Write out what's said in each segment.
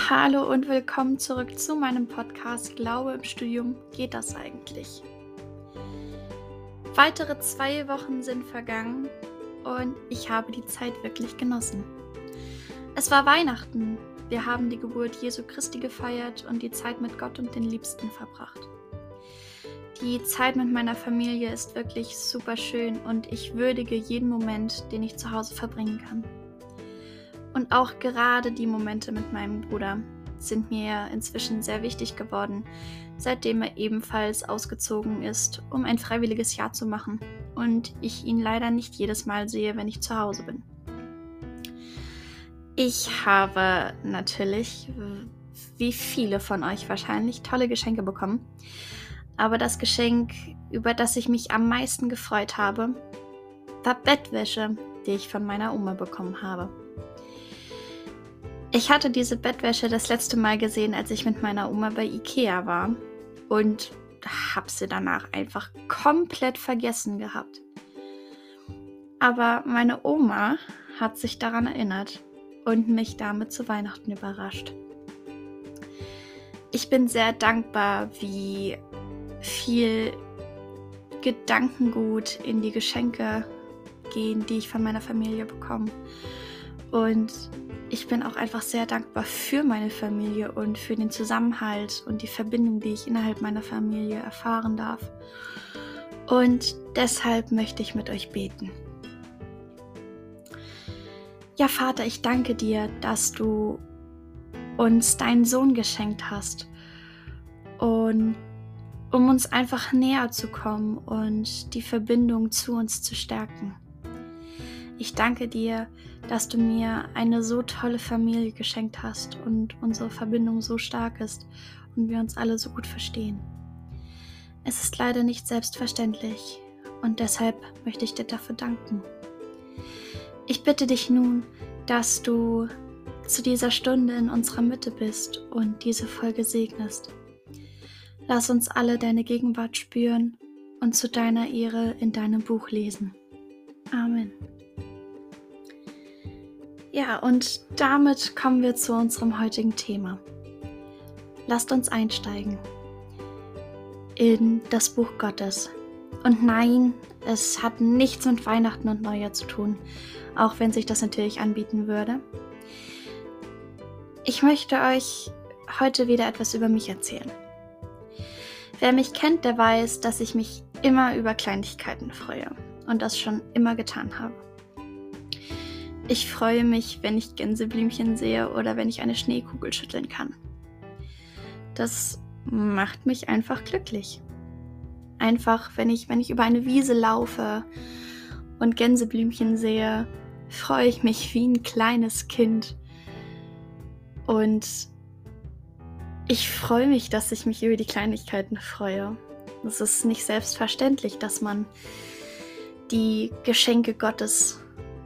Hallo und willkommen zurück zu meinem Podcast Glaube im Studium. Geht das eigentlich? Weitere 2 Wochen sind vergangen und ich habe die Zeit wirklich genossen. Es war Weihnachten. Wir haben die Geburt Jesu Christi gefeiert und die Zeit mit Gott und den Liebsten verbracht. Die Zeit mit meiner Familie ist wirklich super schön und ich würdige jeden Moment, den ich zu Hause verbringen kann. Und auch gerade die Momente mit meinem Bruder sind mir inzwischen sehr wichtig geworden, seitdem er ebenfalls ausgezogen ist, um ein freiwilliges Jahr zu machen und ich ihn leider nicht jedes Mal sehe, wenn ich zu Hause bin. Ich habe natürlich, wie viele von euch wahrscheinlich, tolle Geschenke bekommen, aber das Geschenk, über das ich mich am meisten gefreut habe, war Bettwäsche, die ich von meiner Oma bekommen habe. Ich hatte diese Bettwäsche das letzte Mal gesehen, als ich mit meiner Oma bei Ikea war und habe sie danach einfach komplett vergessen gehabt. Aber meine Oma hat sich daran erinnert und mich damit zu Weihnachten überrascht. Ich bin sehr dankbar, wie viel Gedankengut in die Geschenke gehen, die ich von meiner Familie bekomme. Und ich bin auch einfach sehr dankbar für meine Familie und für den Zusammenhalt und die Verbindung, die ich innerhalb meiner Familie erfahren darf. Und deshalb möchte ich mit euch beten. Ja, Vater, ich danke dir, dass du uns deinen Sohn geschenkt hast, und um uns einfach näher zu kommen und die Verbindung zu uns zu stärken. Ich danke dir, dass du mir eine so tolle Familie geschenkt hast und unsere Verbindung so stark ist und wir uns alle so gut verstehen. Es ist leider nicht selbstverständlich und deshalb möchte ich dir dafür danken. Ich bitte dich nun, dass du zu dieser Stunde in unserer Mitte bist und diese Folge segnest. Lass uns alle deine Gegenwart spüren und zu deiner Ehre in deinem Buch lesen. Amen. Ja, und damit kommen wir zu unserem heutigen Thema. Lasst uns einsteigen in das Buch Gottes. Und nein, es hat nichts mit Weihnachten und Neujahr zu tun, auch wenn sich das natürlich anbieten würde. Ich möchte euch heute wieder etwas über mich erzählen. Wer mich kennt, der weiß, dass ich mich immer über Kleinigkeiten freue und das schon immer getan habe. Ich freue mich, wenn ich Gänseblümchen sehe oder wenn ich eine Schneekugel schütteln kann. Das macht mich einfach glücklich. Einfach, wenn ich über eine Wiese laufe und Gänseblümchen sehe, freue ich mich wie ein kleines Kind. Und ich freue mich, dass ich mich über die Kleinigkeiten freue. Es ist nicht selbstverständlich, dass man die Geschenke Gottes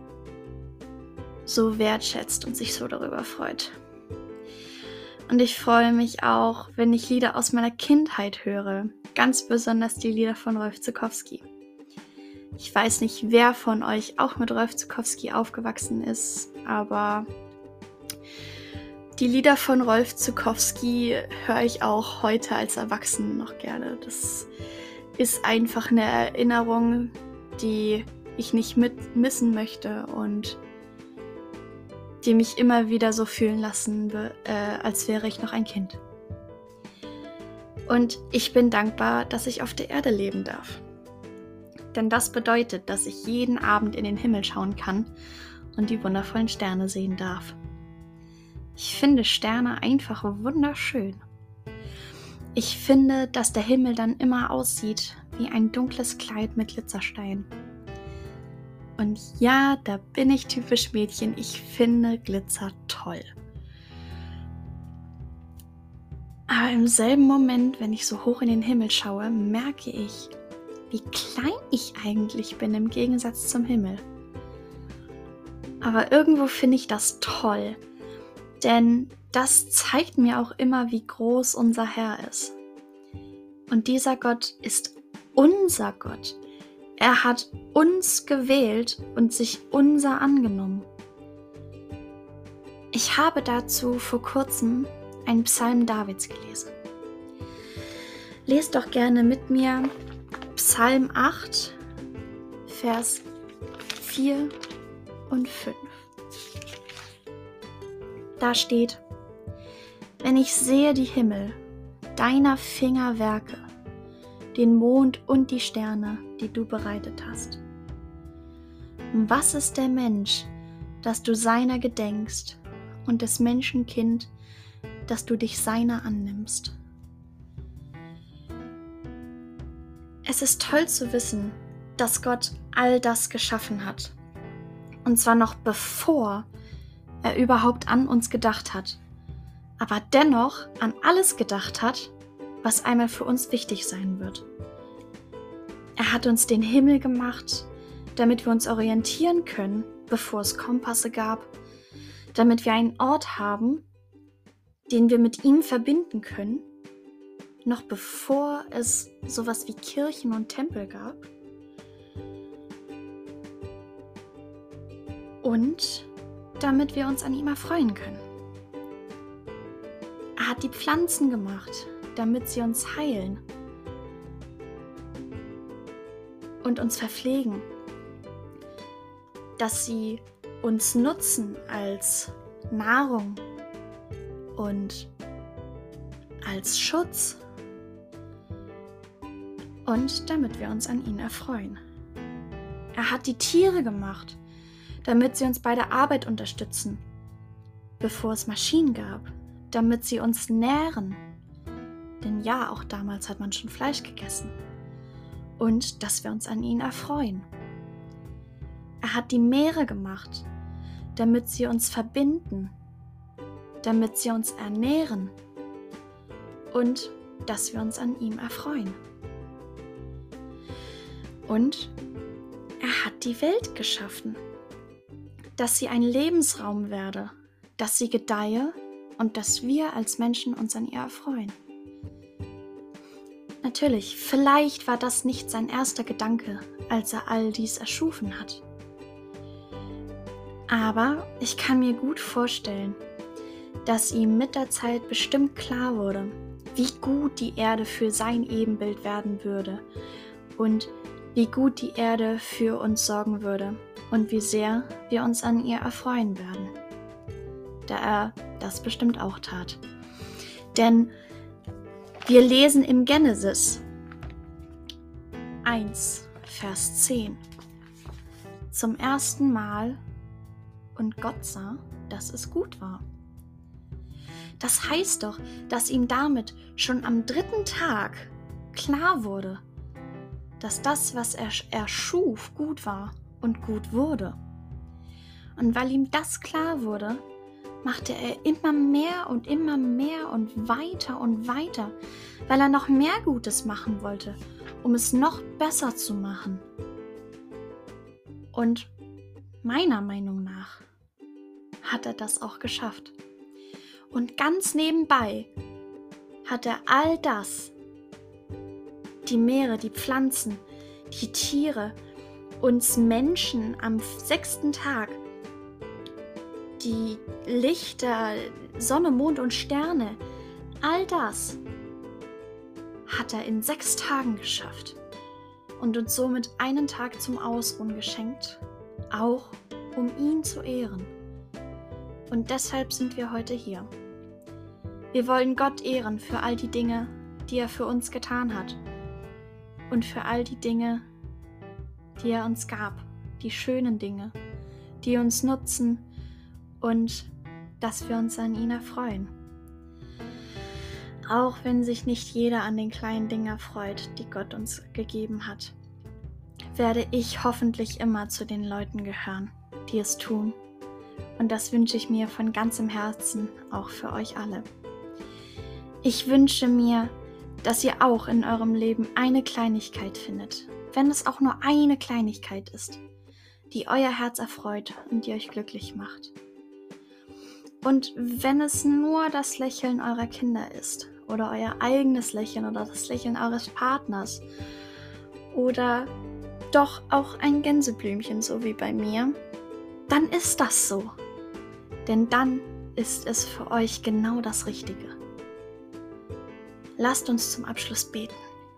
so wertschätzt und sich so darüber freut. Und ich freue mich auch, wenn ich Lieder aus meiner Kindheit höre, ganz besonders die Lieder von Rolf Zuckowski. Ich weiß nicht, wer von euch auch mit Rolf Zuckowski aufgewachsen ist, aber die Lieder von Rolf Zuckowski höre ich auch heute als Erwachsene noch gerne. Das ist einfach eine Erinnerung, die ich nicht missen möchte und die mich immer wieder so fühlen lassen, als wäre ich noch ein Kind. Und ich bin dankbar, dass ich auf der Erde leben darf. Denn das bedeutet, dass ich jeden Abend in den Himmel schauen kann und die wundervollen Sterne sehen darf. Ich finde Sterne einfach wunderschön. Ich finde, dass der Himmel dann immer aussieht wie ein dunkles Kleid mit Glitzersteinen. Und ja, da bin ich typisch Mädchen. Ich finde Glitzer toll. Aber im selben Moment, wenn ich so hoch in den Himmel schaue, merke ich, wie klein ich eigentlich bin im Gegensatz zum Himmel. Aber irgendwo finde ich das toll, denn das zeigt mir auch immer, wie groß unser Herr ist. Und dieser Gott ist unser Gott. Er hat uns gewählt und sich unser angenommen. Ich habe dazu vor kurzem einen Psalm Davids gelesen. Lest doch gerne mit mir Psalm 8, Vers 4 und 5. Da steht: Wenn ich sehe die Himmel, deiner Finger Werke, den Mond und die Sterne, die du bereitet hast. Was ist der Mensch, dass du seiner gedenkst, und des Menschen Kind, dass du dich seiner annimmst? Es ist toll zu wissen, dass Gott all das geschaffen hat. Und zwar noch bevor er überhaupt an uns gedacht hat, aber dennoch an alles gedacht hat, was einmal für uns wichtig sein wird. Er hat uns den Himmel gemacht, damit wir uns orientieren können, bevor es Kompasse gab, damit wir einen Ort haben, den wir mit ihm verbinden können, noch bevor es sowas wie Kirchen und Tempel gab. Und damit wir uns an ihm erfreuen können. Er hat die Pflanzen gemacht, damit sie uns heilen und uns verpflegen, dass sie uns nutzen als Nahrung und als Schutz und damit wir uns an ihn erfreuen. Er hat die Tiere gemacht, damit sie uns bei der Arbeit unterstützen, bevor es Maschinen gab, damit sie uns nähren. Denn ja, auch damals hat man schon Fleisch gegessen. Und dass wir uns an ihn erfreuen. Er hat die Meere gemacht, damit sie uns verbinden, damit sie uns ernähren und dass wir uns an ihm erfreuen. Und er hat die Welt geschaffen, dass sie ein Lebensraum werde, dass sie gedeihe und dass wir als Menschen uns an ihr erfreuen. Natürlich, vielleicht war das nicht sein erster Gedanke, als er all dies erschufen hat. Aber ich kann mir gut vorstellen, dass ihm mit der Zeit bestimmt klar wurde, wie gut die Erde für sein Ebenbild werden würde und wie gut die Erde für uns sorgen würde und wie sehr wir uns an ihr erfreuen werden, da er das bestimmt auch tat. Denn wir lesen im Genesis 1, Vers 10. Zum ersten Mal, und Gott sah, dass es gut war. Das heißt doch, dass ihm damit schon am 3. Tag klar wurde, dass das, was er erschuf, gut war und gut wurde. Und weil ihm das klar wurde, machte er immer mehr und weiter, weil er noch mehr Gutes machen wollte, um es noch besser zu machen. Und meiner Meinung nach hat er das auch geschafft. Und ganz nebenbei hat er all das, die Meere, die Pflanzen, die Tiere, uns Menschen am 6. Tag, die Lichter, Sonne, Mond und Sterne, all das hat er in 6 Tagen geschafft und uns somit einen Tag zum Ausruhen geschenkt, auch um ihn zu ehren. Und deshalb sind wir heute hier. Wir wollen Gott ehren für all die Dinge, die er für uns getan hat und für all die Dinge, die er uns gab, die schönen Dinge, die uns nutzen und dass wir uns an ihn erfreuen. Auch wenn sich nicht jeder an den kleinen Dingen erfreut, die Gott uns gegeben hat, werde ich hoffentlich immer zu den Leuten gehören, die es tun. Und das wünsche ich mir von ganzem Herzen auch für euch alle. Ich wünsche mir, dass ihr auch in eurem Leben eine Kleinigkeit findet, wenn es auch nur eine Kleinigkeit ist, die euer Herz erfreut und die euch glücklich macht. Und wenn es nur das Lächeln eurer Kinder ist oder euer eigenes Lächeln oder das Lächeln eures Partners oder doch auch ein Gänseblümchen, so wie bei mir, dann ist das so. Denn dann ist es für euch genau das Richtige. Lasst uns zum Abschluss beten.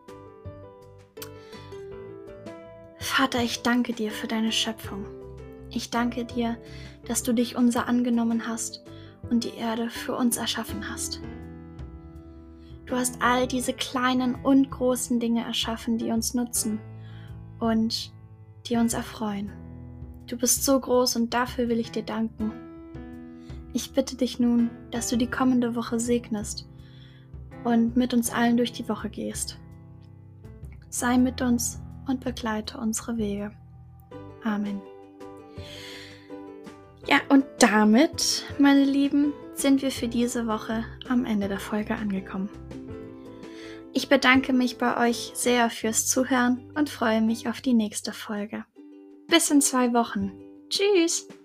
Vater, ich danke dir für deine Schöpfung. Ich danke dir, dass du dich unser angenommen hast und die Erde für uns erschaffen hast. Du hast all diese kleinen und großen Dinge erschaffen, die uns nutzen und die uns erfreuen. Du bist so groß und dafür will ich dir danken. Ich bitte dich nun, dass du die kommende Woche segnest und mit uns allen durch die Woche gehst. Sei mit uns und begleite unsere Wege. Amen. Ja, und damit, meine Lieben, sind wir für diese Woche am Ende der Folge angekommen. Ich bedanke mich bei euch sehr fürs Zuhören und freue mich auf die nächste Folge. Bis in 2 Wochen. Tschüss!